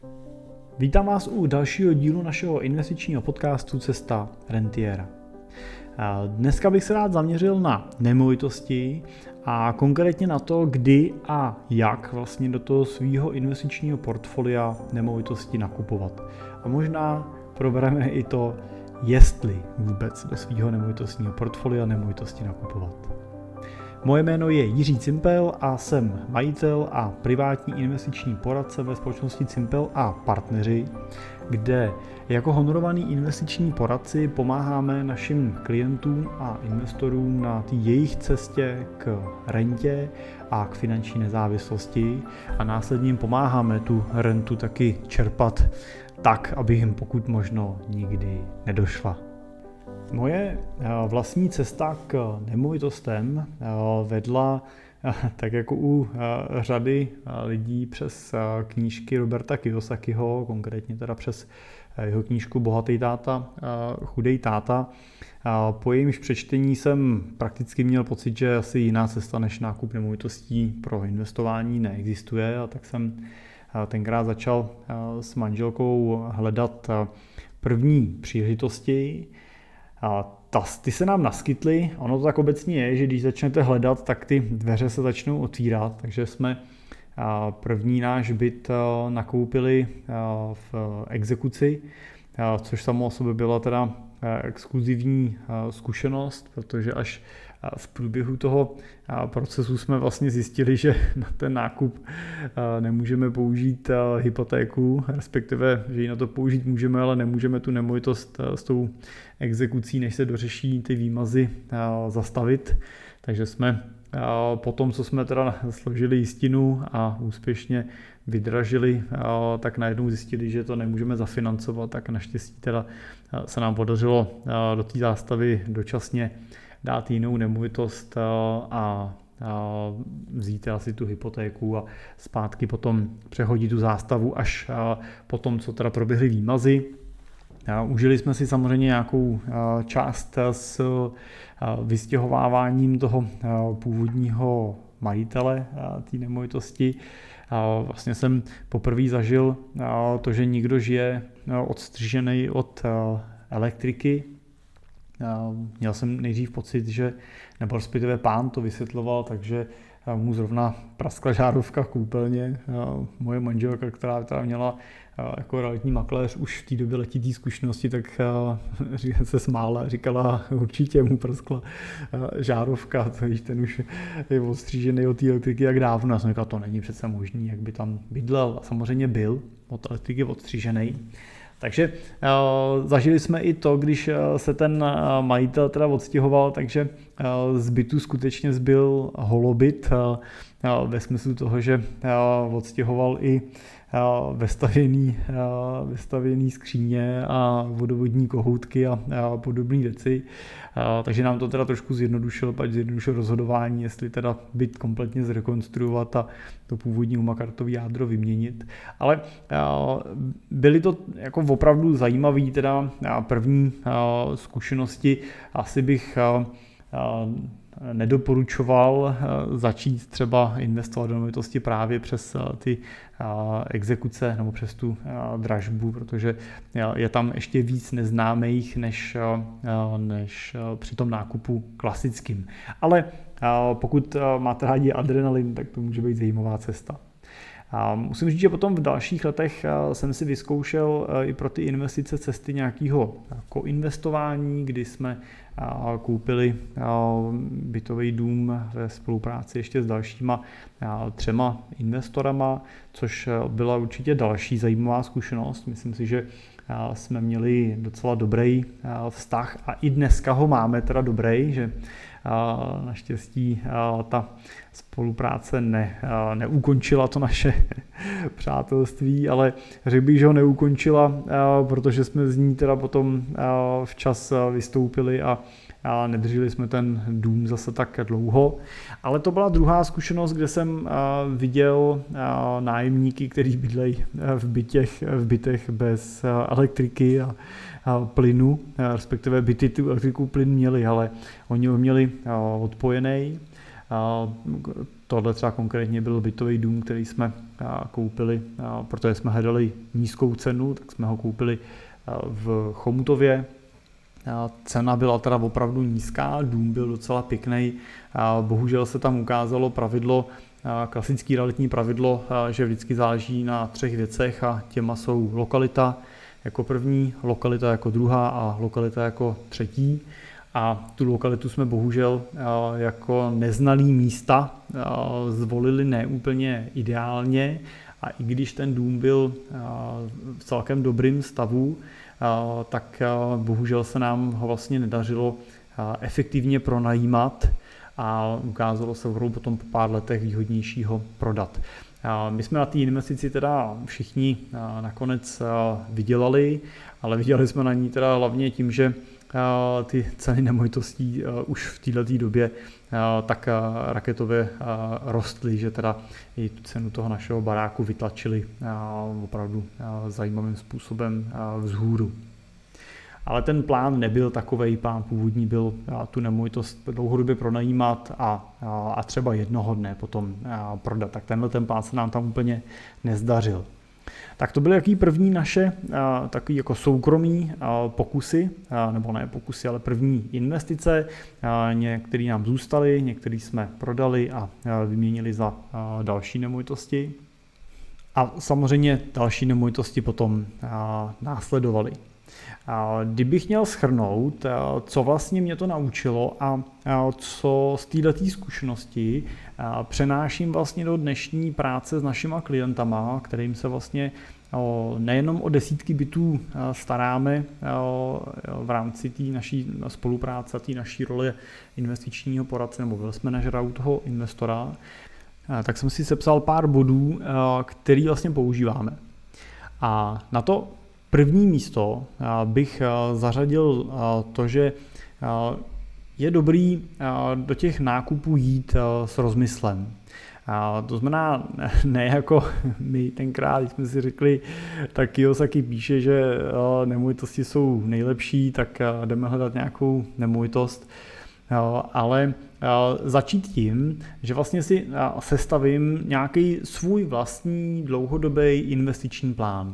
Vítám vás u dalšího dílu našeho investičního podcastu Cesta rentiera. Dneska bych se rád zaměřil na nemovitosti a konkrétně na to, kdy a jak vlastně do toho svého investičního portfolia nemovitosti nakupovat. A možná probereme i to, jestli vůbec do svého nemovitostního portfolia nemovitosti nakupovat. Moje jméno je Jiří Cimpel a jsem majitel a privátní investiční poradce ve společnosti Cimpel a partneři, kde jako honorovaný investiční poradci pomáháme našim klientům a investorům na té jejich cestě k rentě a k finanční nezávislosti a následně jim pomáháme tu rentu taky čerpat tak, aby jim pokud možno nikdy nedošla. Moje vlastní cesta k nemovitostem vedla tak jako u řady lidí přes knížky Roberta Kiyosakiho, konkrétně teda přes jeho knížku Bohatý táta, chudej táta. Po jejímž přečtení jsem prakticky měl pocit, že asi jiná cesta než nákup nemovitostí pro investování neexistuje, a tak jsem tenkrát začal s manželkou hledat první příležitosti. Ty se nám naskytly, ono to tak obecně je, že když začnete hledat, tak ty dveře se začnou otvírat, takže jsme první náš byt nakoupili v exekuci, což samo o sobě byla teda exkluzivní zkušenost, protože až v průběhu toho procesu jsme vlastně zjistili, že na ten nákup nemůžeme použít hypotéku, respektive, že ji na to použít můžeme, ale nemůžeme tu nemovitost s tou exekucí, než se dořeší ty výmazy, zastavit. Takže jsme po tom, co jsme teda složili jistinu a úspěšně vydražili, tak najednou zjistili, že to nemůžeme zafinancovat, tak naštěstí teda se nám podařilo do té zástavy dočasně dát jinou nemovitost a vzít asi tu hypotéku a zpátky potom přehodit tu zástavu až po tom, co teda proběhly výmazy. Užili jsme si samozřejmě nějakou část s vystěhováváním toho původního majitele té nemovitosti. Vlastně jsem poprvé zažil to, že někdo žije odstřižený od elektriky. Měl jsem nejdřív pocit, že, nebo respektive pán to vysvětloval, takže mu zrovna praskla žárovka v koupelně. Moje manželka, která měla jako realitní makléř už v té době letitý zkušenosti, tak se smála a říkala, určitě mu praskla žárovka, ten už je odstřížený od té elektriky jak dávno. Já jsem říkal, to není přece možný, jak by tam bydlel. A samozřejmě byl od elektriky odstřížený. Takže zažili jsme i to, když se ten majitel teda odstěhoval, takže z bytu skutečně zbyl holobyt ve smyslu toho, že odstěhoval i vestavěný skříně a vodovodní kohoutky a podobné věci. Takže nám to teda trošku zjednodušilo rozhodování, jestli teda byt kompletně zrekonstruovat a to původní umakartové jádro vyměnit. Ale byly to jako opravdu zajímavé teda první zkušenosti. Asi bych nedoporučoval začít třeba investovat do nemovitosti právě přes ty exekuce nebo přes tu dražbu, protože je tam ještě víc neznámých než při tom nákupu klasickým. Ale pokud máte rádi adrenalin, tak to může být zajímavá cesta. Musím říct, že potom v dalších letech jsem si vyzkoušel i pro ty investice cesty nějakého koinvestování, kdy jsme koupili bytový dům ve spolupráci ještě s dalšíma 3 investorama, což byla určitě další zajímavá zkušenost. Myslím si, že jsme měli docela dobrý vztah a i dneska ho máme teda dobrý, že naštěstí ta spolupráce neukončila to naše přátelství, ale řekl bych, že ho neukončila, protože jsme z ní teda potom včas vystoupili a nedrželi jsme ten dům zase tak dlouho. Ale to byla druhá zkušenost, kde jsem viděl nájemníky, kteří bydlejí v bytech bez elektriky a plynu, respektive byty tu elektriku plyn měli, ale oni ho měli odpojený. Tohle třeba konkrétně byl bytový dům, který jsme koupili, protože jsme hledali nízkou cenu, tak jsme ho koupili v Chomutově. Cena byla teda opravdu nízká, dům byl docela pěkný. Bohužel se tam ukázalo pravidlo, klasické realitní pravidlo, že vždycky záleží na 3 věcech a těma jsou lokalita jako první, lokalita jako druhá a lokalita jako třetí. A tu lokalitu jsme bohužel jako neznalý místa zvolili neúplně ideálně, a i když ten dům byl v celkem dobrým stavu, tak bohužel se nám ho vlastně nedařilo efektivně pronajímat a ukázalo se potom po pár letech výhodnější ho prodat. My jsme na té investici teda všichni nakonec vydělali, ale vydělali jsme na ní teda hlavně tím, že ty ceny nemovitostí už v této době tak raketově rostly, že teda i tu cenu toho našeho baráku vytlačili opravdu zajímavým způsobem vzhůru. Ale ten plán nebyl takovej, plán původní byl tu nemovitost dlouhodobě pronajímat a třeba jednoho dne potom prodat. Tak tenhle ten plán se nám tam úplně nezdařil. Tak to byly jaký první naše takový jako soukromý pokusy, nebo ne pokusy, ale první investice. Některé nám zůstaly, některé jsme prodali a vyměnili za další nemovitosti. A samozřejmě další nemovitosti potom následovaly. Kdybych měl shrnout, co vlastně mě to naučilo a co z této zkušenosti přenáším vlastně do dnešní práce s našima klientama, kterým se vlastně nejenom o desítky bytů staráme v rámci té naší spolupráce, té naší role investičního poradce nebo wealth managera u toho investora, tak jsem si sepsal pár bodů, který vlastně používáme. A na to první místo bych zařadil to, že je dobrý do těch nákupů jít s rozmyslem. To znamená, ne jako my tenkrát, když jsme si řekli, tak Kiyosaki píše, že nemovitosti jsou nejlepší, tak jdeme hledat nějakou nemovitost, ale začít tím, že vlastně si sestavím nějaký svůj vlastní dlouhodobý investiční plán.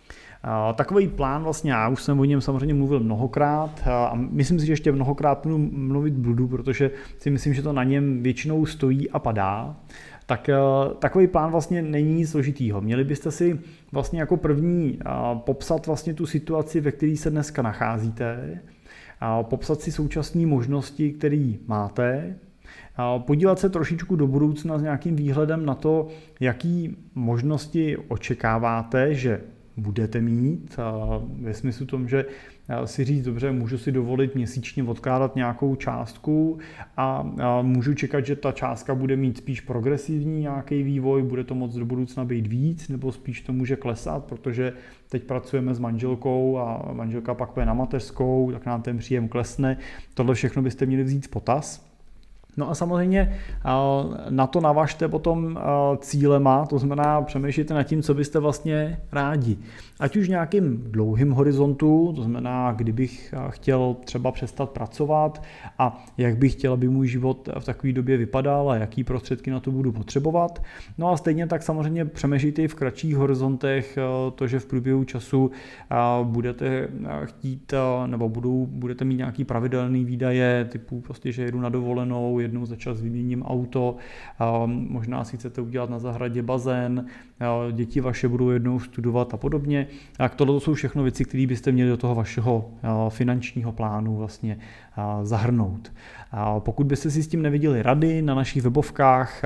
Takový plán vlastně, já už jsem o něm samozřejmě mluvil mnohokrát a myslím si, že ještě mnohokrát budu mluvit budu, protože si myslím, že to na něm většinou stojí a padá. Tak takový plán vlastně není nic složitýho. Měli byste si vlastně jako první popsat vlastně tu situaci, ve které se dneska nacházíte, popsat si současné možnosti, které máte, podívat se trošičku do budoucna s nějakým výhledem na to, jaký možnosti očekáváte, že budete mít, ve smyslu tom, že si říct, dobře, můžu si dovolit měsíčně odkládat nějakou částku a můžu čekat, že ta částka bude mít spíš progresivní nějaký vývoj, bude to moc do budoucna být víc, nebo spíš to může klesat, protože teď pracujeme s manželkou a manželka pak půjde na mateřskou, tak nám ten příjem klesne. Tohle všechno byste měli vzít v potaz. No a samozřejmě na to navažte potom cílema, to znamená přemýšlejte nad tím, co byste vlastně rádi. Ať už v nějakým dlouhým horizontu, to znamená, kdybych chtěl třeba přestat pracovat a jak bych chtěl, aby můj život v takové době vypadal a jaký prostředky na to budu potřebovat. No a stejně tak samozřejmě přemýšlejte i v kratších horizontech to, že v průběhu času budete chtít nebo budete mít nějaký pravidelný výdaje, typu prostě, že jedu na dovolenou, jednou za čas vyměním auto, možná si chcete udělat na zahradě bazén, děti vaše budou jednou studovat a podobně. Tak tohle jsou všechno věci, které byste měli do toho vašeho finančního plánu vlastně zahrnout. Pokud byste si s tím neviděli rady, na našich webovkách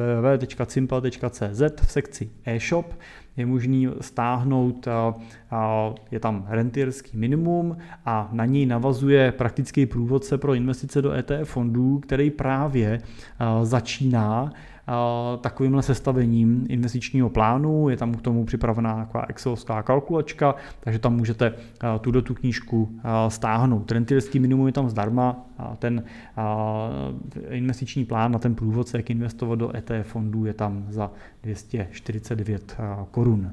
www.cimple.cz v sekci e-shop je možný stáhnout, je tam rentierský minimum a na něj navazuje praktický průvodce pro investice do ETF fondů, který právě začíná takovýmhle sestavením investičního plánu. Je tam k tomu připravená taková excelovská kalkulačka, takže tam můžete tu knížku stáhnout. Rentierský minimum je tam zdarma a ten investiční plán na ten průvodce, jak investovat do ETF fondů, je tam za 249 korun.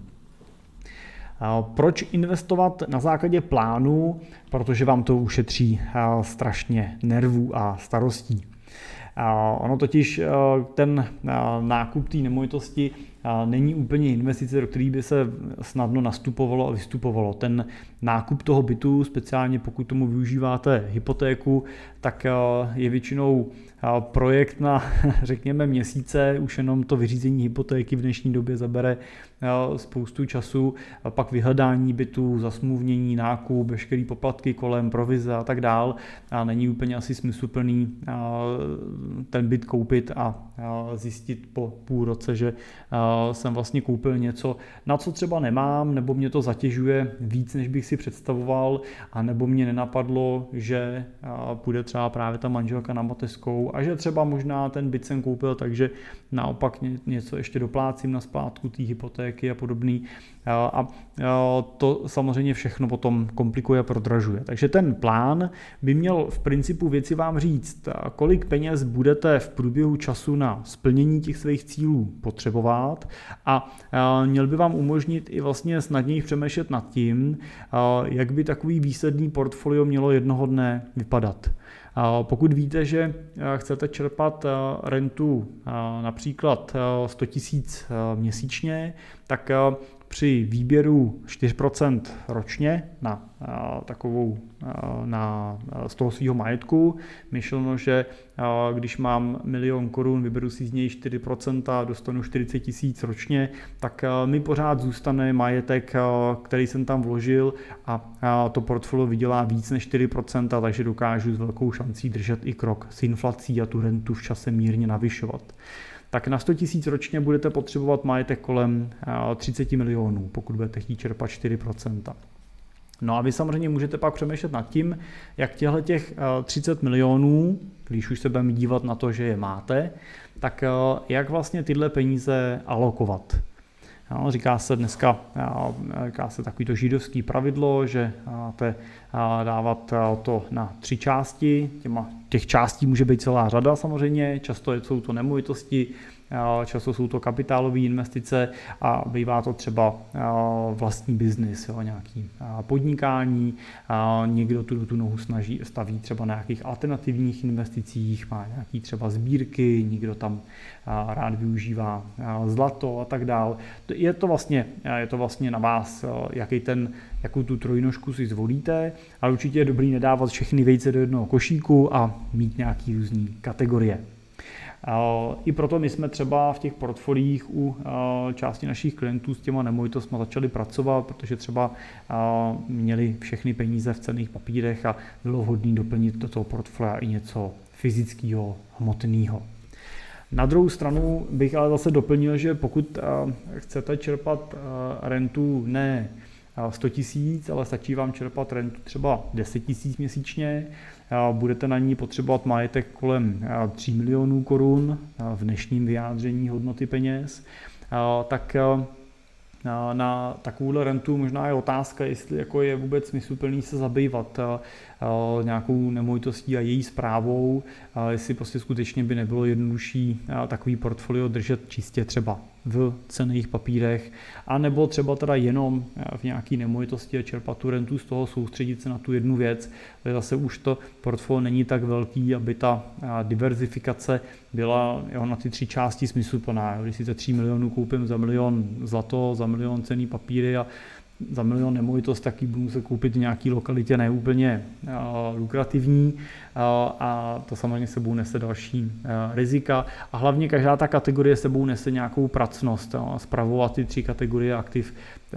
Proč investovat na základě plánu? Protože vám to ušetří strašně nervů a starostí. Ono totiž ten nákup té nemovitosti není úplně investice, do které by se snadno nastupovalo a vystupovalo. Ten nákup toho bytu, speciálně pokud tomu využíváte hypotéku, tak je většinou projekt na, řekněme, měsíce. Už jenom to vyřízení hypotéky v dnešní době zabere spoustu času. Pak vyhledání bytu, zasmluvnění, nákup, veškerý poplatky kolem, provize a tak dál. A není úplně asi smysluplný ten byt koupit a zjistit po půl roce, že jsem vlastně koupil něco, na co třeba nemám, nebo mě to zatěžuje víc, než bych si představoval, a nebo mě nenapadlo, že půjde třeba právě ta manželka na mateřskou a že třeba možná ten byt jsem koupil, takže naopak něco ještě doplácím na splátku té hypotéky a podobný. A to samozřejmě všechno potom komplikuje a prodražuje. Takže ten plán by měl v principu věci vám říct, kolik peněz budete v průběhu času na splnění těch svých cílů potřebovat, a měl by vám umožnit i vlastně snadněji přemýšlet nad tím, jak by takový výsledný portfolio mělo jednoho dne vypadat. Pokud víte, že chcete čerpat rentu například 100 000 měsíčně, tak při výběru 4% ročně z toho svého majetku, myšleno, že když mám 1 000 000 korun, vyberu si z něj 4% a dostanu 40 000 ročně, tak mi pořád zůstane majetek, který jsem tam vložil, a to portfolio vydělá víc než 4%, takže dokážu s velkou šancí držet i krok s inflací a tu rentu v čase mírně navyšovat. Tak na 100 000 ročně budete potřebovat majetek kolem 30 milionů, pokud budete chtít čerpat 4%. No a vy samozřejmě můžete pak přemýšlet nad tím, jak těch 30 milionů, když už se budeme dívat na to, že je máte, tak jak vlastně tyhle peníze alokovat. No, říká se dneska takový to židovský pravidlo, že máte dávat to na 3 části. Těch částí může být celá řada samozřejmě, často jsou to nemovitosti, často jsou to kapitálové investice a bývá to třeba vlastní biznis, nějaký podnikání, někdo tu nohu staví třeba na nějakých alternativních investicích, má nějaký třeba sbírky, někdo tam rád využívá zlato a tak dál. Je to vlastně na vás, jakou tu trojnožku si zvolíte, ale určitě je dobrý nedávat všechny vejce do jednoho košíku a mít nějaký různý kategorie. I proto my jsme třeba v těch portfoliích u části našich klientů s těma nemovitostmi začali pracovat, protože třeba měli všechny peníze v cenných papírech a bylo vhodné doplnit do toho portfolia i něco fyzického, hmotného. Na druhou stranu bych ale zase doplnil, že pokud chcete čerpat rentu ne 100 000, ale stačí vám čerpat rentu třeba 10 000 měsíčně, budete na ní potřebovat majetek kolem 3 milionů korun v dnešním vyjádření hodnoty peněz, tak na takovouhle rentu možná je otázka, jestli je vůbec smysluplný se zabývat nějakou nemovitostí a její správou, jestli prostě skutečně by nebylo jednodušší takový portfolio držet čistě třeba v cenných papírech, anebo třeba teda jenom v nějaké nemovitosti a čerpat tu rentu z toho, soustředit se na tu jednu věc. Takže zase už to portfolio není tak velký, aby ta diverzifikace byla na ty 3 části smysluplná. Když si za 3 milionů koupím za 1 milion zlato, za 1 milion cenný papíry a za 1 milion nemovitost, taky budu muset koupit v nějaké lokalitě neúplně lukrativní, a to samozřejmě sebou nese další rizika, a hlavně každá ta kategorie sebou nese nějakou pracnost. Spravovat ty 3 kategorie aktiv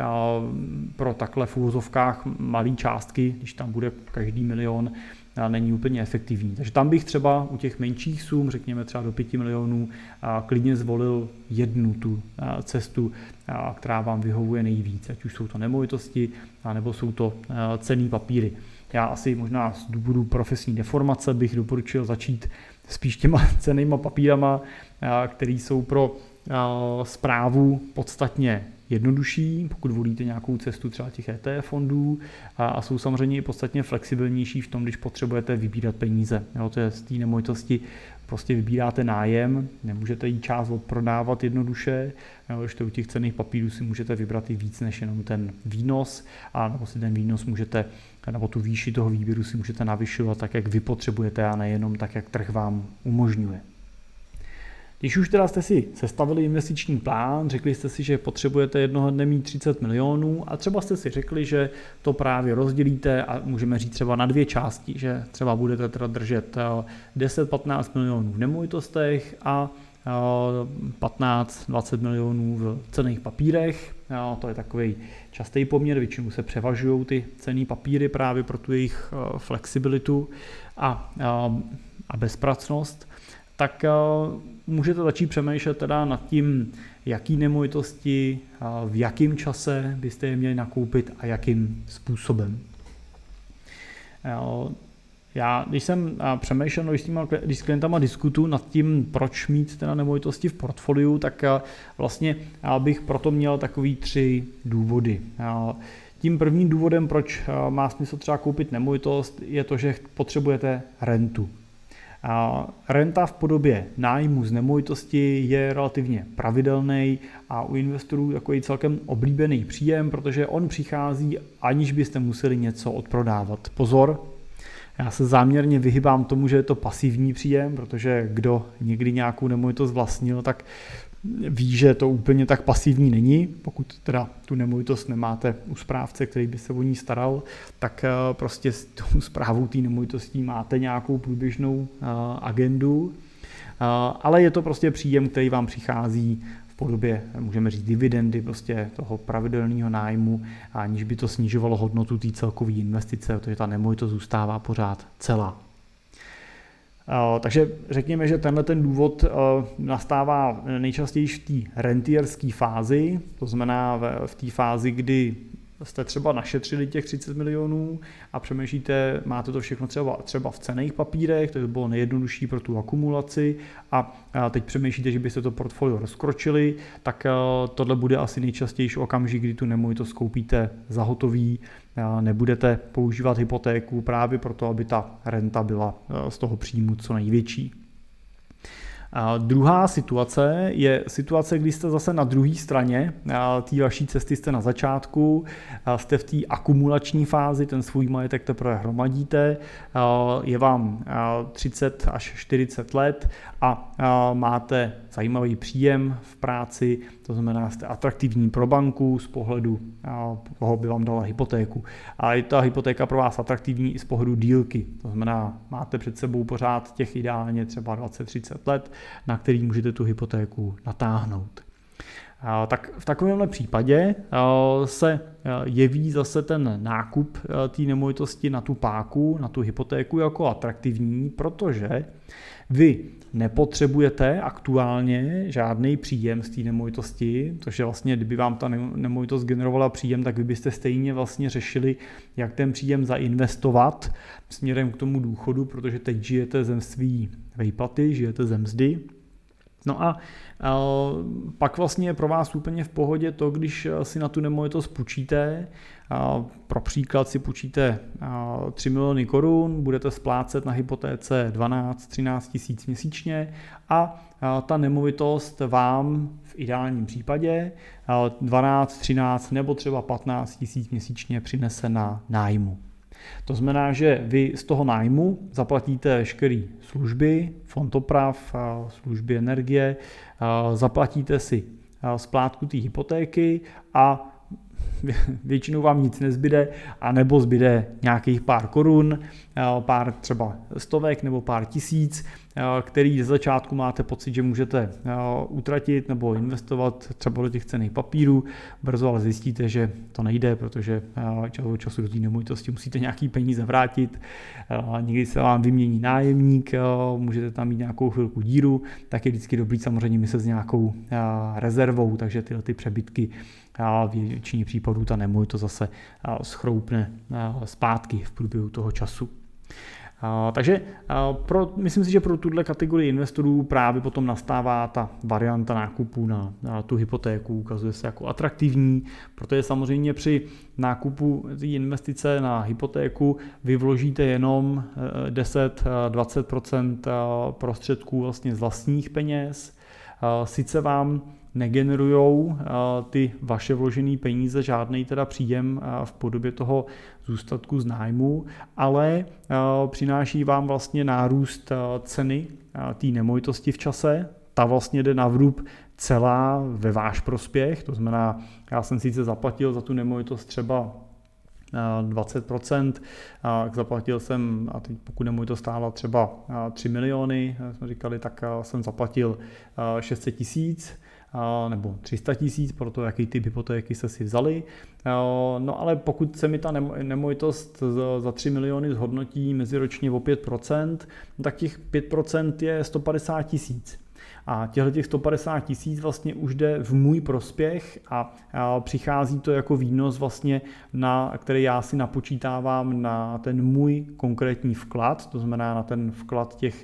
pro takhle v úvozovkách malý částky, když tam bude každý milion, není úplně efektivní. Takže tam bych třeba u těch menších sum, řekněme třeba do 5 milionů, klidně zvolil jednu tu cestu, která vám vyhovuje nejvíc, ať už jsou to nemovitosti, nebo jsou to cenné papíry. Já asi možná z důvodu profesní deformace bych doporučil začít spíš těma cennýma papírama, které jsou pro správu podstatně jednodušší, pokud volíte nějakou cestu třeba těch ETF fondů a jsou samozřejmě podstatně flexibilnější v tom, když potřebujete vybírat peníze. Jo, to je z té nemovitosti prostě vybíráte nájem, nemůžete jí část odprodávat jednoduše, když to u těch cenných papírů si můžete vybrat i víc než jenom ten výnos, a nebo si ten výnos můžete, nebo tu výši toho výběru si můžete navyšovat tak, jak vy potřebujete a nejenom tak, jak trh vám umožňuje. Když už teda jste si sestavili investiční plán, řekli jste si, že potřebujete jednoho dne mít 30 milionů a třeba jste si řekli, že to právě rozdělíte a můžeme říct třeba na dvě části, že třeba budete teda držet 10-15 milionů v nemovitostech a 15-20 milionů v cenných papírech. To je takový častý poměr, většinou se převažují ty cenné papíry právě pro tu jejich flexibilitu a bezpracnost. Tak můžete začít přemýšlet teda nad tím, jaký nemovitosti, v jakém čase byste je měli nakoupit a jakým způsobem. Já, když jsem přemýšlel, když s klientama diskutuju nad tím, proč mít teda nemovitosti v portfoliu, tak vlastně bych proto měl takový 3 důvody. Tím prvním důvodem, proč má smysl třeba koupit nemovitost, je to, že potřebujete rentu. Renta v podobě nájmu z nemovitosti je relativně pravidelný a u investorů takový celkem oblíbený příjem, protože on přichází, aniž byste museli něco odprodávat. Pozor, já se záměrně vyhýbám tomu, že je to pasivní příjem, protože kdo někdy nějakou nemovitost vlastnil, tak ví, že to úplně tak pasivní není. Pokud teda tu nemovitost nemáte u správce, který by se o ní staral, tak prostě s tou správou té nemovitostí máte nějakou průběžnou agendu, ale je to prostě příjem, který vám přichází v podobě, můžeme říct, dividendy, prostě toho pravidelného nájmu, aniž by to snižovalo hodnotu té celkové investice, protože ta nemovitost zůstává pořád celá. Takže řekněme, že tenhle ten důvod nastává nejčastěji v té rentierské fázi, to znamená v té fázi, kdy jste třeba našetřili těch 30 milionů a přemýšlíte, máte to všechno třeba v cenných papírech, to by bylo nejjednodušší pro tu akumulaci a teď přemýšlíte, že byste to portfolio rozkročili, tak tohle bude asi nejčastější okamžik, kdy tu nemovitost koupíte za hotový, nebudete používat hypotéku právě proto, aby ta renta byla z toho příjmu co největší. Druhá situace je situace, kdy jste zase na druhé straně té vaší cesty, jste na začátku, jste v té akumulační fázi, ten svůj majetek teprve hromadíte, je vám 30 až 40 let a máte zajímavý příjem v práci, to znamená, jste atraktivní pro banku z pohledu, koho by vám dala hypotéku. A je ta hypotéka pro vás atraktivní i z pohledu dílky, to znamená, máte před sebou pořád těch ideálně třeba 20-30 let, na který můžete tu hypotéku natáhnout. Tak v takovémhle případě se jeví zase ten nákup té nemovitosti na tu páku, na tu hypotéku jako atraktivní, protože vy nepotřebujete aktuálně žádný příjem z té nemovitosti, což je vlastně, kdyby vám ta nemovitost generovala příjem, tak vy byste stejně vlastně řešili, jak ten příjem zainvestovat směrem k tomu důchodu, protože teď žijete ze svý výplaty, žijete ze mzdy. No a pak vlastně je pro vás úplně v pohodě to, když si na tu nemovitost půjčíte, pro příklad si půjčíte 3 miliony korun, budete splácet na hypotéce 12-13 tisíc měsíčně a ta nemovitost vám v ideálním případě 12, 13 nebo třeba 15 tisíc měsíčně přinese na nájmu. To znamená, že vy z toho nájmu zaplatíte veškeré služby, fond oprav, služby energie, zaplatíte si splátku té hypotéky a většinou vám nic nezbyde, anebo zbyde nějakých pár korun, pár třeba stovek nebo pár tisíc, který ze začátku máte pocit, že můžete utratit nebo investovat třeba do těch cenných papírů. Brzo ale zjistíte, že to nejde, protože času do té nemovitosti musíte nějaký peníze vrátit, někdy se vám vymění nájemník, můžete tam mít nějakou chvilku díru, tak je vždycky dobrý samozřejmě myslet s nějakou rezervou, takže tyhle ty přebytky v většině případů ta nemovitost zase schroupne zpátky v průběhu toho času. Takže myslím si, že pro tuhle kategorii investorů právě potom nastává ta varianta nákupu na tu hypotéku, ukazuje se jako atraktivní, protože samozřejmě při nákupu investice na hypotéku vy vložíte jenom 10-20% prostředků vlastně z vlastních peněz. Sice vám negenerujou ty vaše vložené peníze žádný teda příjem v podobě toho zůstatku z nájmu, ale přináší vám vlastně nárůst ceny té nemovitosti v čase. Ta vlastně jde na vrub celá ve váš prospěch, to znamená, já jsem sice zaplatil za tu nemovitost třeba 20%, zaplatil jsem, a teď pokud nemovitost stála třeba 3 miliony, jsme říkali, tak jsem zaplatil 600 tisíc, nebo 300 tisíc, pro to, jaký typ hypotéky jste si vzali. No ale pokud se mi ta nemovitost za 3 miliony zhodnotí meziročně o 5%, tak těch 5% je 150 tisíc. A těch 150 tisíc vlastně už jde v můj prospěch a přichází to jako výnos vlastně, který já si napočítávám na ten můj konkrétní vklad, to znamená na ten vklad těch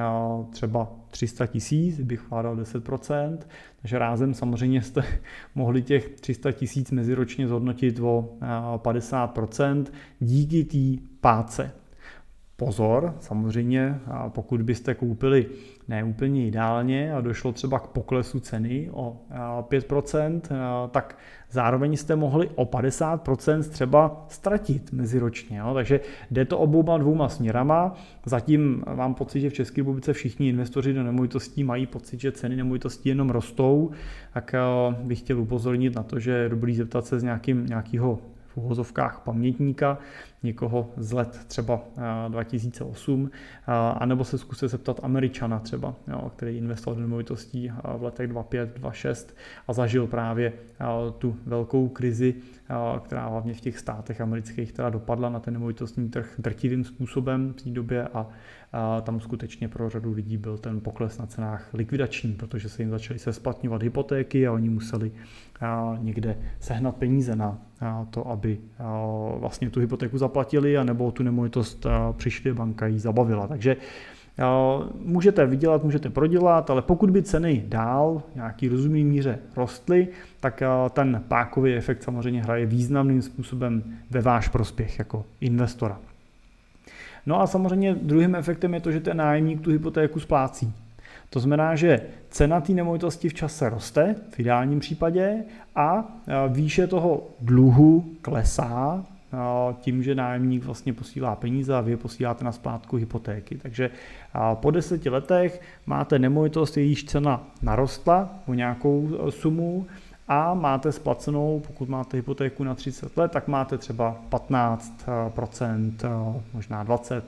třeba 300 tisíc, bych vkládal 10%, takže rázem samozřejmě jste mohli těch 300 tisíc meziročně zhodnotit o 50% díky té páce. Pozor, samozřejmě, pokud byste koupili ne úplně ideálně a došlo třeba k poklesu ceny o 5%, tak zároveň jste mohli o 50% třeba ztratit meziročně. Jo? Takže jde to obouma dvouma směrama. Zatím mám pocit, že v České republice všichni investoři do nemovitostí mají pocit, že ceny nemovitostí jenom rostou, tak bych chtěl upozornit na to, že je dobrý zeptat se z nějakého v uvozovkách pamětníka, někoho z let třeba 2008, anebo se zkuste zeptat Američana třeba, jo, který investoval do nemovitostí v letech 2005, 2006 a zažil právě tu velkou krizi, která hlavně v těch státech amerických teda dopadla na ten nemovitostní trh drtivým způsobem v té době a tam skutečně pro řadu lidí byl ten pokles na cenách likvidační, protože se jim začaly sesplatňovat hypotéky a oni museli někde sehnat peníze na to, aby vlastně tu hypotéku zaplatili, anebo tu nemovitost přišli, banka ji zabavila. Takže můžete vydělat, můžete prodělat, ale pokud by ceny dál v nějaký rozumný míře rostly, tak ten pákový efekt samozřejmě hraje významným způsobem ve váš prospěch jako investora. No a samozřejmě druhým efektem je to, že ten nájemník tu hypotéku splácí. To znamená, že cena té nemovitosti v čase roste, v ideálním případě, a výše toho dluhu klesá tím, že nájemník vlastně posílá peníze a vy je posíláte na splátku hypotéky. Takže po 10 letech máte nemovitost, jejíž cena narostla o nějakou sumu a máte splacenou, pokud máte hypotéku na 30 let, tak máte třeba 15%, možná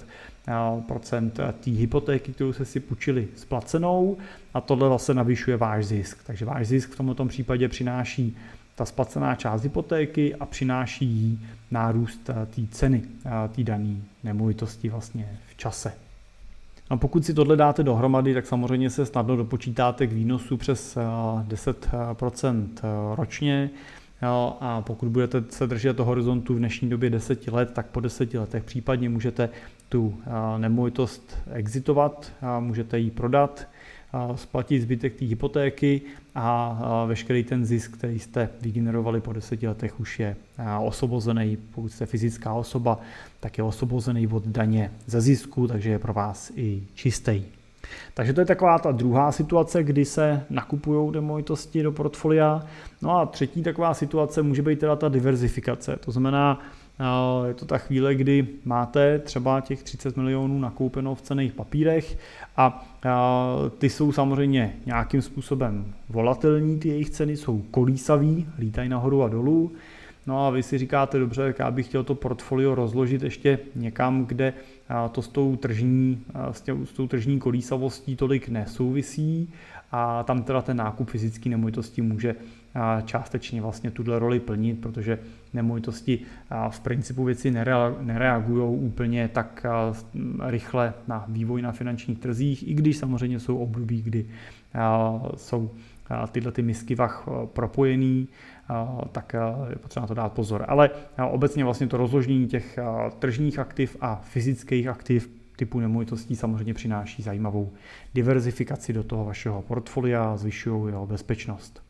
20% té hypotéky, kterou jste si půjčili, splacenou, a tohle vlastně navyšuje váš zisk. Takže váš zisk v tomto případě přináší ta splacená část hypotéky a přináší jí nárůst té ceny, té dané nemovitosti vlastně v čase. A pokud si tohle dáte dohromady, tak samozřejmě se snadno dopočítáte k výnosu přes 10% ročně. A pokud budete se držet toho horizontu v dnešní době 10 let, tak po 10 letech případně můžete tu nemovitost exitovat, můžete ji prodat, splatit zbytek té hypotéky a veškerý ten zisk, který jste vygenerovali po 10 letech, už je osvobozený. Pokud jste fyzická osoba, tak je osvobozený od daně ze zisku, takže je pro vás i čistý. Takže to je taková ta druhá situace, kdy se nakupují nemovitosti do portfolia. No a třetí taková situace může být teda ta diverzifikace. To znamená, je to ta chvíle, kdy máte třeba těch 30 milionů nakoupeno v cenných papírech a ty jsou samozřejmě nějakým způsobem volatilní, ty jejich ceny jsou kolísavý, lítají nahoru a dolů. No a vy si říkáte, dobře, tak já bych chtěl to portfolio rozložit ještě někam, kde to s tou tržní kolísavostí tolik nesouvisí a tam teda ten nákup fyzické nemovitosti může částečně vlastně tuhle roli plnit, protože nemovitosti v principu věci nereagují úplně tak rychle na vývoj na finančních trzích, i když samozřejmě jsou období, kdy jsou tyhle ty misky vah propojený, tak je potřeba na to dát pozor. Ale obecně vlastně to rozložení těch tržních aktiv a fyzických aktiv, typů nemovitostí samozřejmě přináší zajímavou diverzifikaci do toho vašeho portfolia, zvyšují jeho bezpečnost.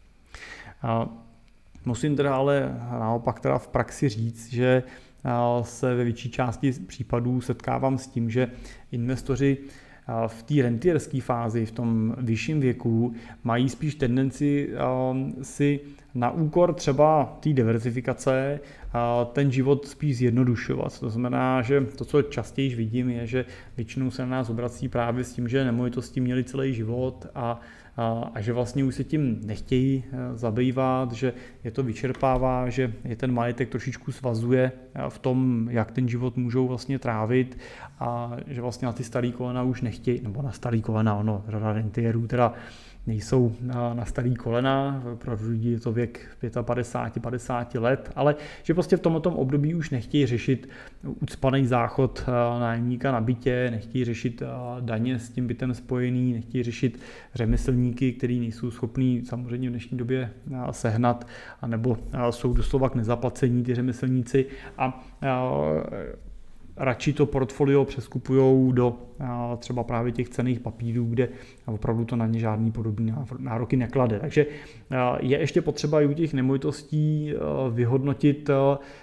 Musím teda ale naopak teda v praxi říct, že se ve větší části případů setkávám s tím, že investoři v té rentierské fázi, v tom vyšším věku, mají spíš tendenci si na úkor třeba té diverzifikace ten život spíš zjednodušovat. To znamená, že to, co častěji vidím, je, že většinou se na nás obrací právě s tím, že nemovitosti měli celý život a že vlastně už se tím nechtějí zabývat, že je to vyčerpává, že je ten majetek trošičku svazuje v tom, jak ten život můžou vlastně trávit a že vlastně na ty starý kolena už nechtějí, nebo na starý kolena, řada rentierů teda nejsou na starý kolena, pro lidi je to věk 55-50 let, ale že prostě v tomto období už nechtějí řešit ucpaný záchod nájemníka na bytě, nechtějí řešit daně s tím bytem spojený, nechtějí řešit řemeslníky, který nejsou schopní samozřejmě v dnešní době sehnat, anebo jsou doslova k nezaplacení ty řemeslníci a radši to portfolio přeskupujou do třeba právě těch cenných papírů, kde opravdu to na ně žádný podobný nároky neklade. Takže je ještě potřeba i u těch nemovitostí vyhodnotit,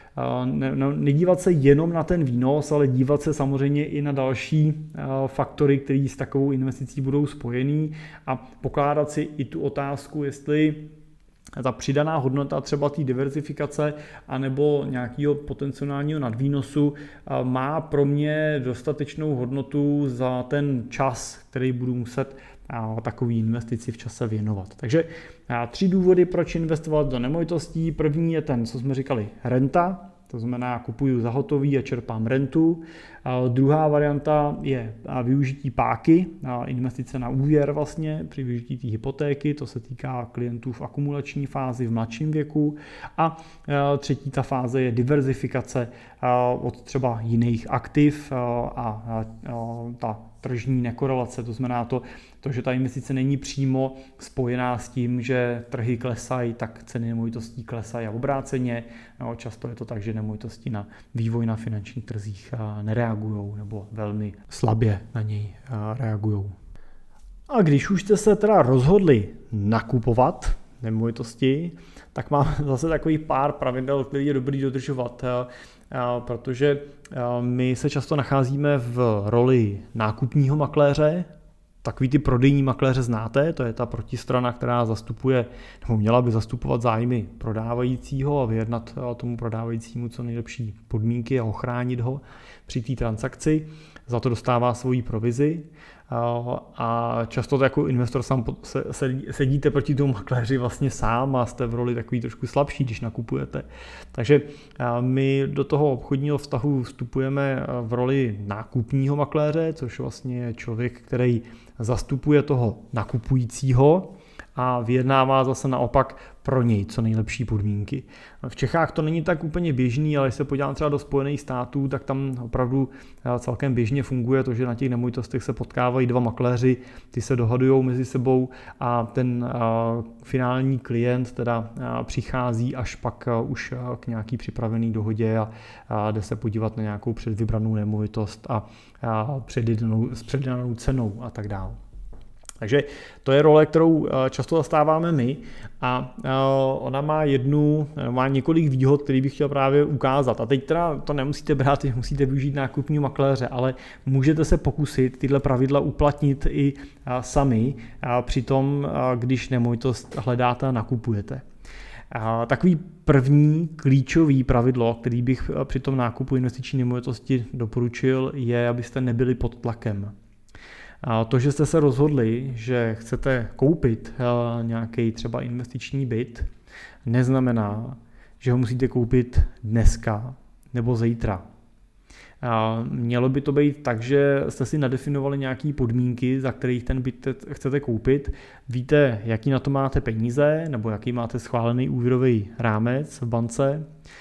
nedívat se jenom na ten výnos, ale dívat se samozřejmě i na další faktory, které s takovou investicí budou spojený a pokládat si i tu otázku, jestli ta přidaná hodnota třeba té diverzifikace anebo nějakého potenciálního nadvýnosu má pro mě dostatečnou hodnotu za ten čas, který budu muset takový investici v čase věnovat. Takže 3 důvody, proč investovat do nemovitostí. První je ten, co jsme říkali, renta. To znamená, kupuju za hotový a čerpám rentu. Druhá varianta je využití páky, investice na úvěr vlastně při využití té hypotéky, to se týká klientů v akumulační fázi v mladším věku. A třetí ta fáze je diverzifikace od třeba jiných aktiv a ta tržní nekorelace, to znamená to, že ta investice není přímo spojená s tím, že trhy klesají, tak ceny nemovitostí klesají a obráceně. Často je to tak, že nemovitosti na vývoj na finančních trzích nereagují nebo velmi slabě na něj reagují. A když už jste se teda rozhodli nakupovat nemovitosti, tak mám zase takový pár pravidel, který je dobrý dodržovat, protože my se často nacházíme v roli nákupního makléře. Takový ty prodejní makléře znáte, to je ta protistrana, která zastupuje, nebo měla by zastupovat zájmy prodávajícího a vyjednat tomu prodávajícímu co nejlepší podmínky a ochránit ho při té transakci. Za to dostává svoji provizi a často to jako investor sám sedíte proti tomu makléři vlastně sám a jste v roli takový trošku slabší, když nakupujete. Takže my do toho obchodního vztahu vstupujeme v roli nákupního makléře, což vlastně je člověk, který zastupuje toho nakupujícího a vyjednává zase naopak pro něj co nejlepší podmínky. V Čechách to není tak úplně běžný, ale když se podívám třeba do Spojených států, tak tam opravdu celkem běžně funguje to, že na těch nemovitostech se potkávají 2 makléři, ty se dohadují mezi sebou a ten finální klient teda přichází až pak už k nějaký připravený dohodě a jde se podívat na nějakou předvybranou nemovitost a s předanou cenou a tak dále. Takže to je role, kterou často zastáváme my a ona má několik výhod, které bych chtěl právě ukázat. A teď teda to nemusíte brát, musíte využít nákupního makléře, ale můžete se pokusit tyhle pravidla uplatnit i sami při tom, když nemovitost hledáte a nakupujete. Takový první klíčový pravidlo, který bych při tom nákupu investiční nemovitosti doporučil, je, abyste nebyli pod tlakem. To, že jste se rozhodli, že chcete koupit nějaký třeba investiční byt, neznamená, že ho musíte koupit dneska nebo zítra. Mělo by to být tak, že jste si nadefinovali nějaké podmínky, za kterých ten byt chcete koupit. Víte, jaký na to máte peníze, nebo jaký máte schválený úvěrový rámec v bance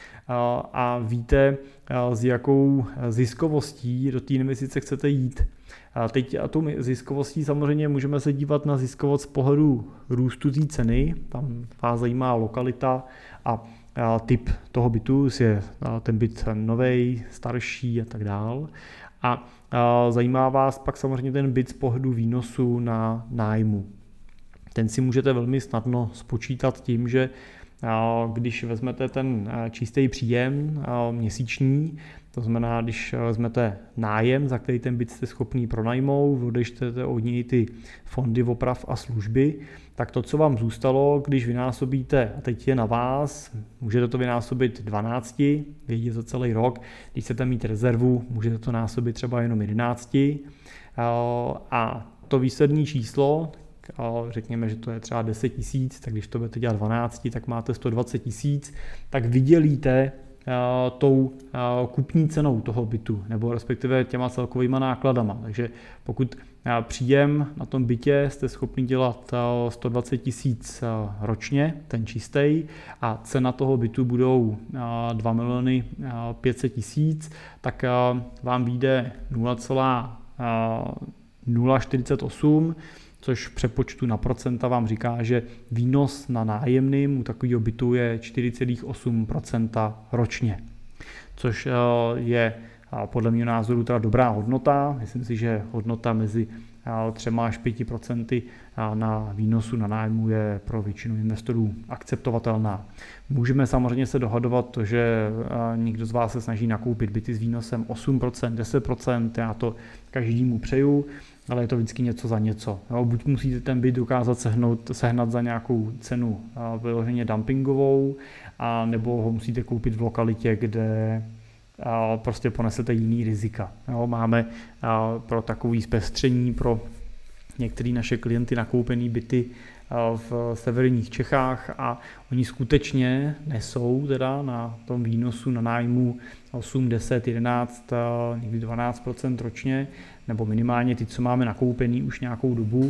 a víte, s jakou ziskovostí do té investice chcete jít. Teď a tu ziskovostí samozřejmě můžeme se dívat na ziskovost z pohledu růstu té ceny, tam vás zajímá lokalita a typ toho bytu, jestli je ten byt novej, starší a tak dál. A zajímá vás pak samozřejmě ten byt z pohledu výnosu na nájmu. Ten si můžete velmi snadno spočítat tím, že když vezmete ten čistý příjem měsíční, to znamená, když vezmete nájem, za který ten byt jste schopný pronajmout, odečtete od něj ty fondy oprav a služby, tak to, co vám zůstalo, když vynásobíte, a teď je na vás, můžete to vynásobit 12, vědět za celý rok, když chcete mít rezervu, můžete to násobit třeba jenom 11 a to výsledné číslo, řekněme, že to je třeba 10 000, tak když to budete dělat 12, tak máte 120 000, tak vydělíte tou kupní cenou toho bytu, nebo respektive těma celkovýma nákladama. Takže pokud příjem na tom bytě jste schopni dělat 120 000 ročně, ten čistý, a cena toho bytu budou 2 500 000, tak vám vyjde 0,048, což v přepočtu na procenta vám říká, že výnos na nájemným u takového bytu je 4,8% ročně, což je podle mého názoru teda dobrá hodnota. Myslím si, že hodnota mezi 3 až 5% na výnosu na nájmu je pro většinu investorů akceptovatelná. Můžeme samozřejmě se dohadovat to, že někdo z vás se snaží nakoupit byty s výnosem 8%, 10%, já to každému přeju, ale je to vždycky něco za něco. Buď musíte ten byt dokázat sehnat za nějakou cenu vyloženě dumpingovou, a nebo ho musíte koupit v lokalitě, kde prostě ponesete jiný rizika. Máme pro takový zpestření pro některé naše klienty nakoupené byty v severních Čechách a oni skutečně nesou teda na tom výnosu na nájmu 8, 10, 11, někdy 12% ročně, nebo minimálně ty, co máme nakoupený už nějakou dobu,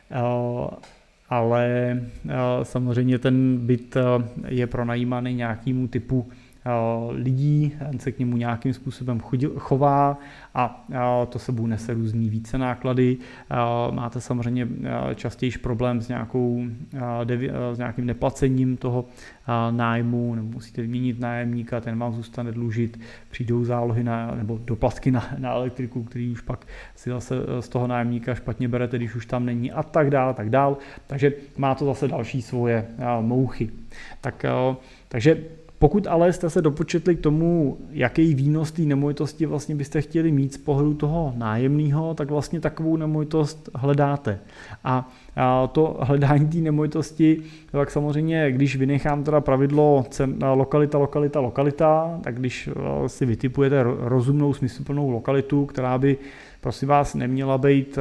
ale samozřejmě ten byt je pronajímaný nějakému typu lidí, se k němu nějakým způsobem chová a to sebou nese různý více náklady. Máte samozřejmě častěji problém s nějakým neplacením toho nájmu, nebo musíte vyměnit nájemníka, ten vám zůstane dlužit, přijdou zálohy nebo doplatky na elektriku, který už pak si zase z toho nájemníka špatně berete, když už tam není a tak dál. Takže má to zase další svoje mouchy. Takže pokud ale jste se dopočetli k tomu, jaký výnos té nemovitosti vlastně byste chtěli mít z pohledu toho nájemného, tak vlastně takovou nemovitost hledáte. A to hledání té nemovitosti, tak samozřejmě, když vynechám teda pravidlo lokalita, tak když si vytipujete rozumnou, smysluplnou lokalitu, která by, prosím vás, neměla být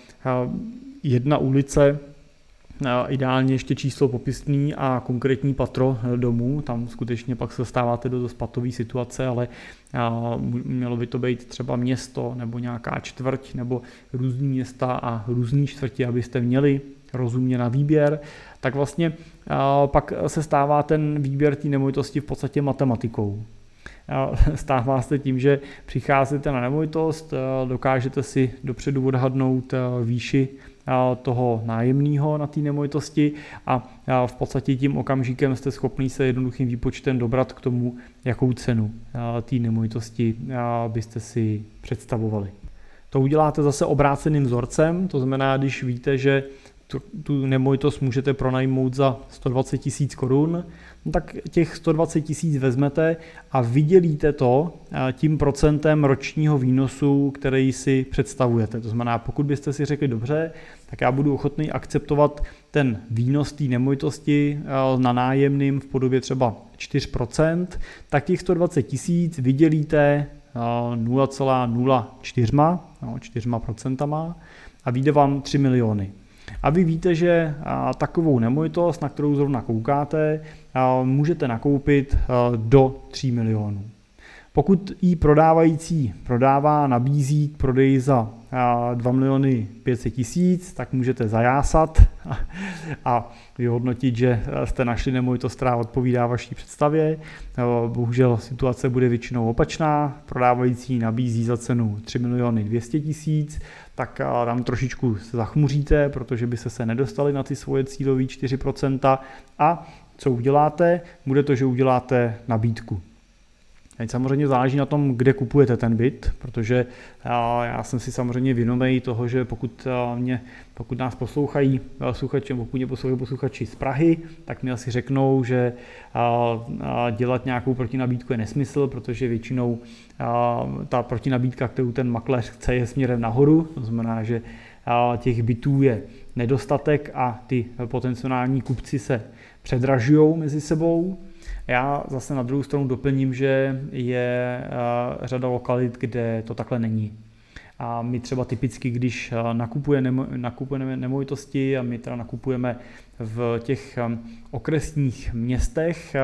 jedna ulice, ideálně ještě číslo popisný a konkrétní patro domu, tam skutečně pak se stáváte do dost patové situace, ale mělo by to být třeba město nebo nějaká čtvrť nebo různý města a různý čtvrti, abyste měli rozumně na výběr, tak vlastně pak se stává ten výběr té nemovitosti v podstatě matematikou. Stává se tím, že přicházíte na nemovitost, dokážete si dopředu odhadnout výši toho nájemného na té nemovitosti a v podstatě tím okamžikem jste schopni se jednoduchým výpočtem dobrat k tomu, jakou cenu té nemovitosti byste si představovali. To uděláte zase obráceným vzorcem, to znamená, když víte, že tu nemovitost můžete pronajmout za 120 000 korun, tak těch 120 000 vezmete a vydělíte to tím procentem ročního výnosu, který si představujete. To znamená, pokud byste si řekli dobře, tak já budu ochotný akceptovat ten výnos té nemovitosti na nájemným v podobě třeba 4%, tak těch 120 000 vydělíte 4% a vyjde vám 3 miliony. A vy víte, že takovou nemovitost, na kterou zrovna koukáte, můžete nakoupit do 3 milionů. Pokud ji prodávající nabízí k prodeji za 2 500 000, tak můžete zajásat a vyhodnotit, že jste našli nemovitost, která odpovídá vaší představě. Bohužel situace bude většinou opačná, prodávající nabízí za cenu 3 200 000, tak tam trošičku se zachmuříte, protože by se nedostali na ty svoje cílové 4%. A co uděláte? Bude to, že uděláte nabídku. Teď samozřejmě záleží na tom, kde kupujete ten byt, protože já jsem si samozřejmě vědomý toho, že pokud nás poslouchají pokud mě poslouchají posluchači z Prahy, tak mi asi řeknou, že dělat nějakou protinabídku je nesmysl, protože většinou ta protinabídka, kterou ten makléř chce, je směrem nahoru. To znamená, že těch bytů je nedostatek a ty potenciální kupci se předražují mezi sebou. Já zase na druhou stranu doplním, že je řada lokalit, kde to takhle není. A my třeba typicky, když nakupujeme nemovitosti a my teda nakupujeme v těch okresních městech,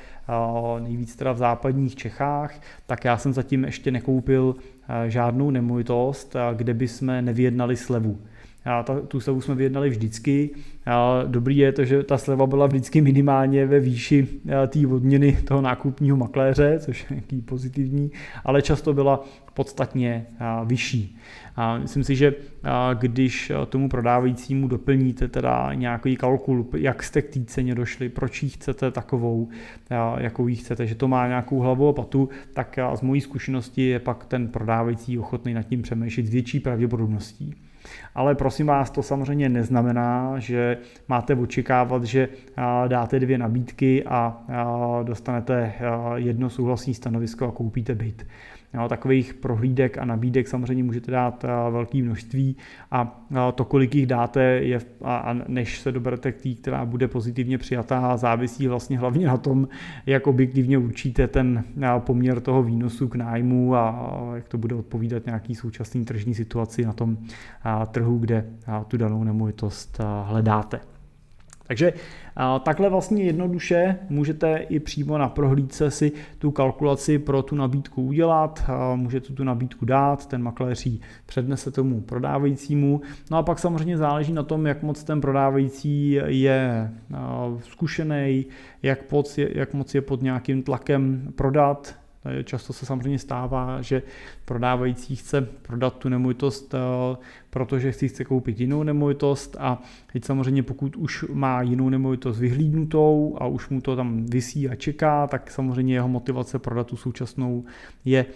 nejvíc teda v západních Čechách, tak já jsem zatím ještě nekoupil žádnou nemovitost, kde bychom nevyjednali slevu. Tu slevu jsme vyjednali vždycky. Dobrý je to, že ta sleva byla vždycky minimálně ve výši té odměny toho nákupního makléře, což je nějaký pozitivní, ale často byla podstatně vyšší. Myslím si, že když tomu prodávajícímu doplníte teda nějaký kalkul, jak jste k té ceně došli, proč ji chcete takovou, jakou ji chcete, že to má nějakou hlavu a patu, tak z mojí zkušenosti je pak ten prodávající ochotný nad tím přemýšlet s větší pravděpodobností. Ale prosím vás, to samozřejmě neznamená, že máte očekávat, že dáte 2 nabídky a dostanete jedno souhlasné stanovisko a koupíte byt. Takových prohlídek a nabídek samozřejmě můžete dát velké množství a to, kolik jich dáte, než se doberete k té, která bude pozitivně přijatá, závisí vlastně hlavně na tom, jak objektivně určíte ten poměr toho výnosu k nájmu a jak to bude odpovídat nějaký současný tržní situaci na tom trhu, kde tu danou nemovitost hledáte. Takže takhle vlastně jednoduše můžete i přímo na prohlídce si tu kalkulaci pro tu nabídku udělat, můžete tu nabídku dát, ten makléř ji přednese tomu prodávajícímu, no a pak samozřejmě záleží na tom, jak moc ten prodávající je zkušený, jak moc je pod nějakým tlakem prodat. Často se samozřejmě stává, že prodávající chce prodat tu nemovitost, protože si chce koupit jinou nemovitost a teď samozřejmě pokud už má jinou nemovitost vyhlídnutou a už mu to tam visí a čeká, tak samozřejmě jeho motivace prodat tu současnou je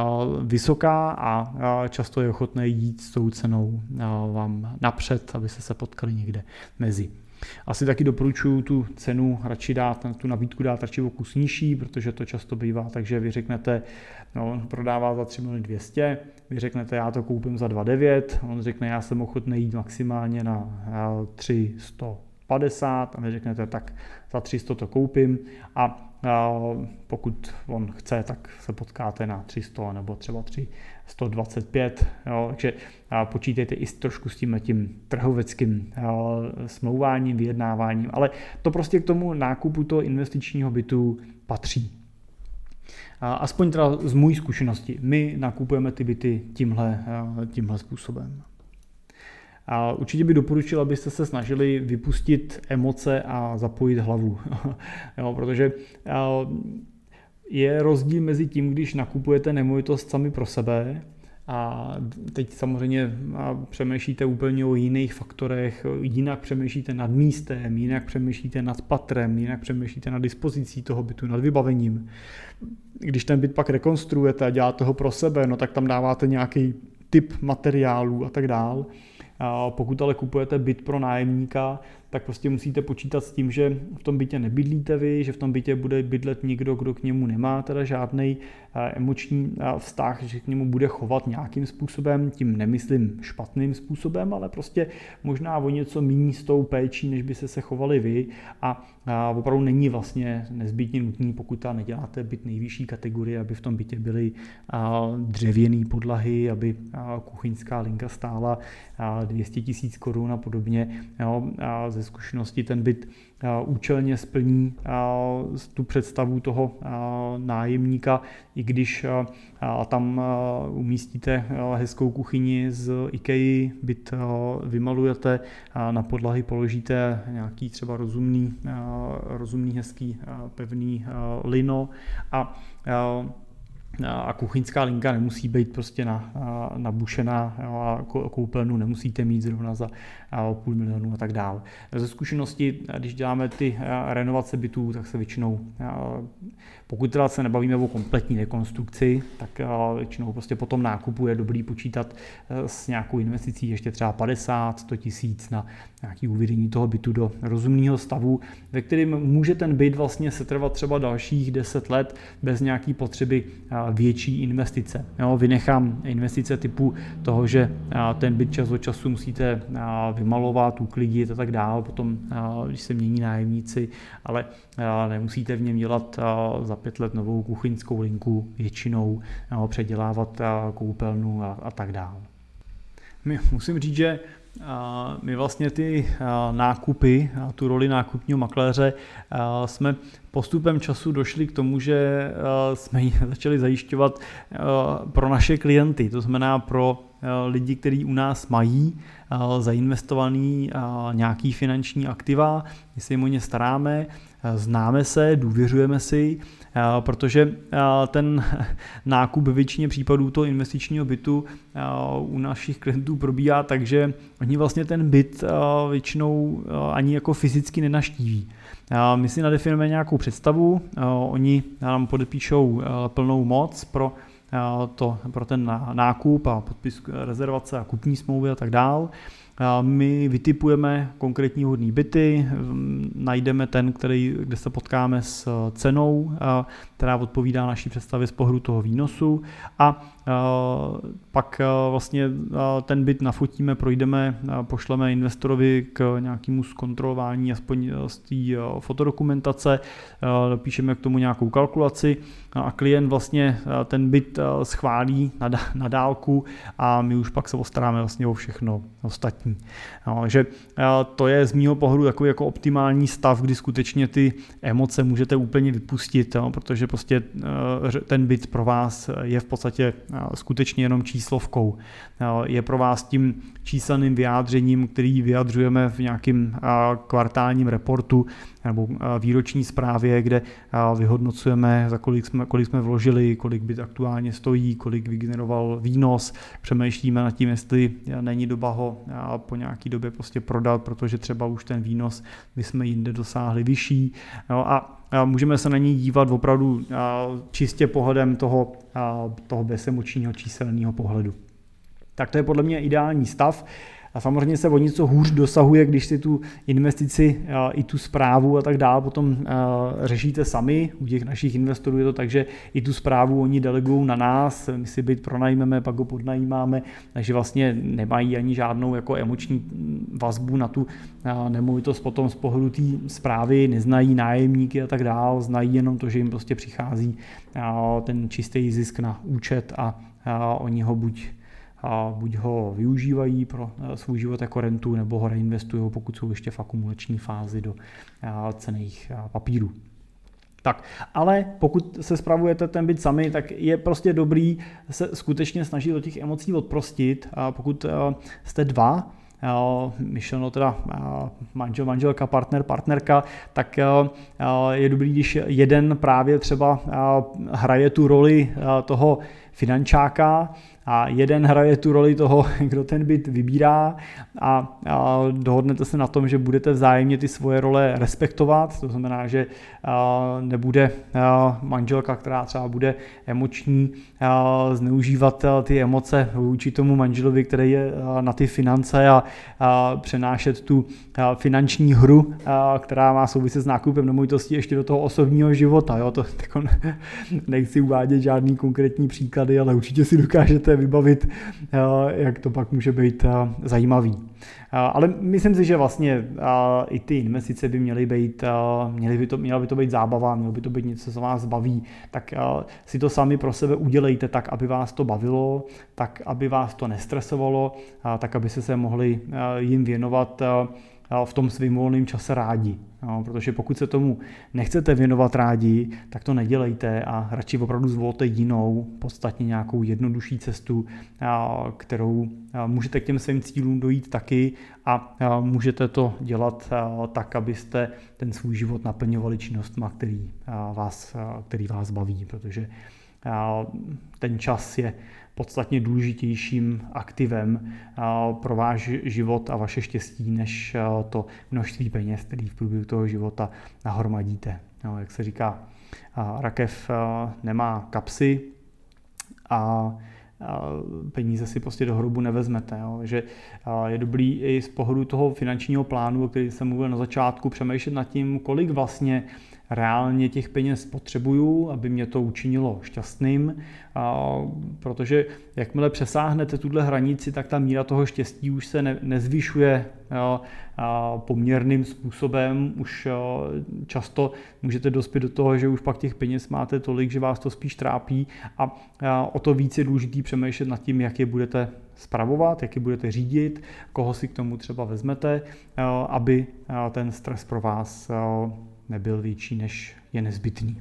vysoká a často je ochotný jít s tou cenou vám napřed, aby se potkali někde mezi. Asi taky doporučuji tu cenu radši dát, tu nabídku dát radši o kus nižší, protože to často bývá, takže vy řeknete, on prodává za 3 200 000, vy řeknete, já to koupím za 2 900 000, on řekne, já jsem ochotný jít maximálně na 350 a vy řeknete, tak za 300 to koupím a pokud on chce, tak se potkáte na 300 nebo třeba 325, jo, takže počítejte i trošku s tím trhoveckým smlouváním, vyjednáváním, ale to prostě k tomu nákupu toho investičního bytu patří. Aspoň teda z mojí zkušenosti, my nakupujeme ty byty tímhle způsobem. A určitě bych doporučil, abyste se snažili vypustit emoce a zapojit hlavu, jo, protože je rozdíl mezi tím, když nakupujete nemovitost sami pro sebe a teď samozřejmě přemýšlíte úplně o jiných faktorech, jinak přemýšlíte nad místem, jinak přemýšlíte nad patrem, jinak přemýšlíte nad dispozicí toho bytu, nad vybavením. Když ten byt pak rekonstruujete a děláte ho pro sebe, no tak tam dáváte nějaký typ materiálů a tak dál. Pokud ale kupujete byt pro nájemníka, tak prostě musíte počítat s tím, že v tom bytě nebydlíte vy, že v tom bytě bude bydlet někdo, kdo k němu nemá teda žádný emoční vztah, že k němu bude chovat nějakým způsobem, tím nemyslím špatným způsobem, ale prostě možná o něco méně s tou péčí, než by se chovali vy a opravdu není vlastně nezbytně nutný, pokud neděláte byt nejvyšší kategorie, aby v tom bytě byly dřevěné podlahy, aby kuchyňská linka stála 200 000 korun a podobně. Jo, ze zkušenosti ten byt účelně splní tu představu toho nájemníka, i když tam umístíte hezkou kuchyni z IKEA, byt vymalujete, na podlahy položíte nějaký třeba rozumný hezký pevný lino a a kuchyňská linka nemusí být prostě nabušená a koupelnu nemusíte mít zrovna za 500 000 a tak dále. Ze zkušenosti, když děláme ty renovace bytů, tak se většinou, pokud teda se nebavíme o kompletní rekonstrukci, tak většinou prostě po tom nákupu je dobrý počítat s nějakou investicí ještě třeba 50-100 tisíc na nějaké uvedení toho bytu do rozumného stavu, ve kterém může ten byt vlastně setrvat třeba dalších 10 let bez nějaké potřeby větší investice. Vynechám investice typu toho, že ten byt čas od času musíte vymalovat, uklidit a tak dále, potom když se mění nájemníci, ale nemusíte v něm dělat za 5 let novou kuchyňskou linku většinou, předělávat koupelnu a tak dále. Musím říct, že my vlastně ty nákupy, tu roli nákupního makléře jsme postupem času došli k tomu, že jsme ji začali zajišťovat pro naše klienty, to znamená pro lidi, kteří u nás mají zainvestovaný nějaký finanční aktiva, my se jim o ně staráme, známe se, důvěřujeme si, protože ten nákup ve většině případů toho investičního bytu u našich klientů probíhá tak, že oni vlastně ten byt většinou ani jako fyzicky nenaštíví. My si nadefinujeme nějakou představu, oni nám podepíšou plnou moc pro ten nákup a podpis rezervace a kupní smlouvy a tak dál. My vytipujeme konkrétní vhodné byty, najdeme ten, kde se potkáme s cenou, která odpovídá naší představě z pohledu toho výnosu a pak vlastně ten byt nafotíme, projdeme, pošleme investorovi k nějakému zkontrolování aspoň z té fotodokumentace, dopíšeme k tomu nějakou kalkulaci a klient vlastně ten byt schválí na dálku a my už pak se postaráme vlastně o všechno ostatní. Takže to je z mýho pohledu takový jako optimální stav, kdy skutečně ty emoce můžete úplně vypustit, protože prostě ten byt pro vás je v podstatě skutečně jenom číslovkou. Je pro vás tím číselným vyjádřením, který vyjadřujeme v nějakém kvartálním reportu nebo výroční zprávě, kde vyhodnocujeme, za kolik jsme vložili, kolik byt aktuálně stojí, kolik vygeneroval výnos, přemýšlíme nad tím, jestli není doba ho po nějaký době prostě prodat, protože třeba už ten výnos bychom jinde dosáhli vyšší. A můžeme se na ní dívat opravdu čistě pohledem toho bezemočního číselného pohledu. Tak to je podle mě ideální stav. A samozřejmě se o něco hůř dosahuje, když si tu investici i tu správu a tak dále potom řešíte sami. U těch našich investorů je to tak, že i tu správu oni delegují na nás, my si byt pronajmeme, pak ho podnajímáme, takže vlastně nemají ani žádnou jako emoční vazbu na tu nemovitost potom z pohledu té správy, neznají nájemníky a tak dále, znají jenom to, že jim prostě přichází ten čistý zisk na účet a oni ho buď ho využívají pro svůj život jako rentu, nebo ho reinvestují, pokud jsou ještě v akumulační fázi do cenných papírů. Tak, ale pokud se spravujete ten byt sami, tak je prostě dobrý se skutečně snažit o těch emocí odprostit. Pokud jste dva, myšleno teda manžel, manželka, partner, partnerka, tak je dobrý, když jeden právě třeba hraje tu roli toho finančáka a jeden hraje tu roli toho, kdo ten byt vybírá a dohodnete se na tom, že budete vzájemně ty svoje role respektovat, to znamená, že nebude manželka, která třeba bude emoční, zneužívat ty emoce vůči tomu manželovi, který je na ty finance a přenášet tu finanční hru, která má souviset s nákupem nemovitosti ještě do toho osobního života. Jo? To nechci uvádět žádný konkrétní příklady, ale určitě si dokážete vybavit, jak to pak může být zajímavý. Ale myslím si, že vlastně i ty investice by měly být, měla by to být zábava, mělo by to být něco, co vás baví, tak si to sami pro sebe udělejte tak, aby vás to bavilo, tak, aby vás to nestresovalo, tak, aby se mohli jim věnovat v tom svým volném čase rádi. Protože pokud se tomu nechcete věnovat rádi, tak to nedělejte a radši opravdu zvolte jinou, podstatně nějakou jednodušší cestu, kterou můžete k těm svým cílům dojít taky a můžete to dělat tak, abyste ten svůj život naplňovali činnostma, který vás baví, protože ten čas je podstatně důležitějším aktivem pro váš život a vaše štěstí, než to množství peněz, který v průběhu toho života nahromadíte. Jak se říká, rakev nemá kapsy a peníze si prostě do hrobu nevezmete. Takže je dobrý i z pohledu toho finančního plánu, o kterém jsem mluvil na začátku, přemýšlet nad tím, kolik vlastně reálně těch peněz potřebuju, aby mě to učinilo šťastným, protože jakmile přesáhnete tuhle hranici, tak ta míra toho štěstí už se nezvyšuje poměrným způsobem. Už často můžete dospět do toho, že už pak těch peněz máte tolik, že vás to spíš trápí a o to víc je důležitý přemýšlet nad tím, jak je budete spravovat, jak je budete řídit, koho si k tomu třeba vezmete, aby ten stres pro vás nebyl větší, než je nezbytný.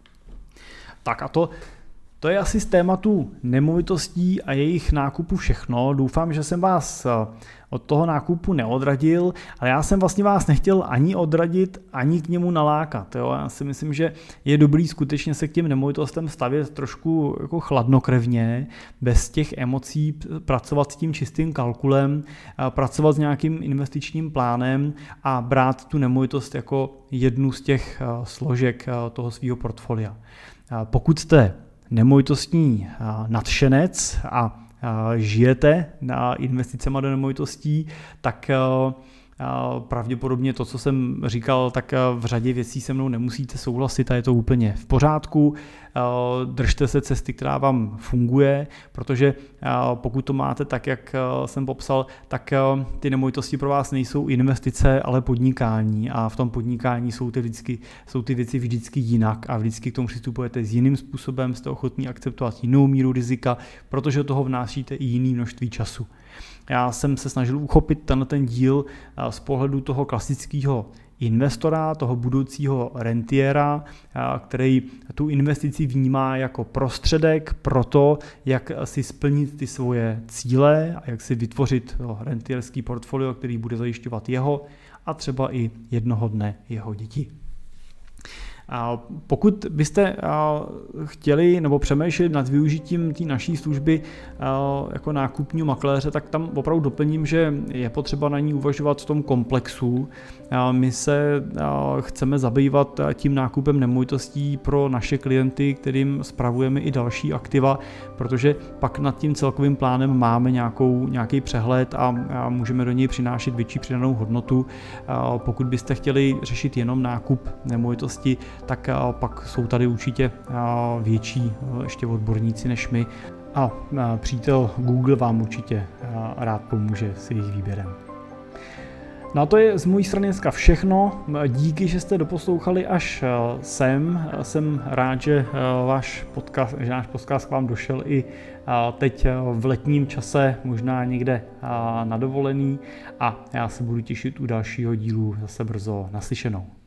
Tak a to je asi z tématu nemovitostí a jejich nákupu všechno. Doufám, že jsem vás od toho nákupu neodradil, ale já jsem vlastně vás nechtěl ani odradit, ani k němu nalákat. Já si myslím, že je dobrý skutečně se k těm nemovitostem stavět trošku jako chladnokrevně, bez těch emocí, pracovat s tím čistým kalkulem, pracovat s nějakým investičním plánem a brát tu nemovitost jako jednu z těch složek toho svého portfolia. Pokud jste nemovitostní nadšenec a žijete na investicema do nemovitostí, tak pravděpodobně to, co jsem říkal, tak v řadě věcí se mnou nemusíte souhlasit a je to úplně v pořádku. Držte se cesty, která vám funguje, protože pokud to máte tak, jak jsem popsal, tak ty nemovitosti pro vás nejsou investice, ale podnikání a v tom podnikání jsou ty věci vždycky jinak a vždycky k tomu přistupujete s jiným způsobem, jste ochotní akceptovat jinou míru rizika, protože do toho vnášíte i jiný množství času. Já jsem se snažil uchopit ten díl z pohledu toho klasického investora, toho budoucího rentiera, který tu investici vnímá jako prostředek pro to, jak si splnit ty svoje cíle a jak si vytvořit rentierský portfolio, který bude zajišťovat jeho a třeba i jednoho dne jeho děti. Pokud byste chtěli nebo přemýšleli nad využitím té naší služby jako nákupního makléře, tak tam opravdu doplním, že je potřeba na ní uvažovat v tom komplexu. My se chceme zabývat tím nákupem nemovitostí pro naše klienty, kterým spravujeme i další aktiva, protože pak nad tím celkovým plánem máme nějaký přehled a můžeme do něj přinášet větší přidanou hodnotu. Pokud byste chtěli řešit jenom nákup nemovitosti, tak pak jsou tady určitě větší ještě odborníci než my a přítel Google vám určitě rád pomůže s jejich výběrem. No a to je z mojí strany dneska všechno. Díky, že jste doposlouchali až sem. Jsem rád, že náš podcast k vám došel i teď v letním čase, možná někde na dovolený a já se budu těšit u dalšího dílu zase brzo. Naslyšenou.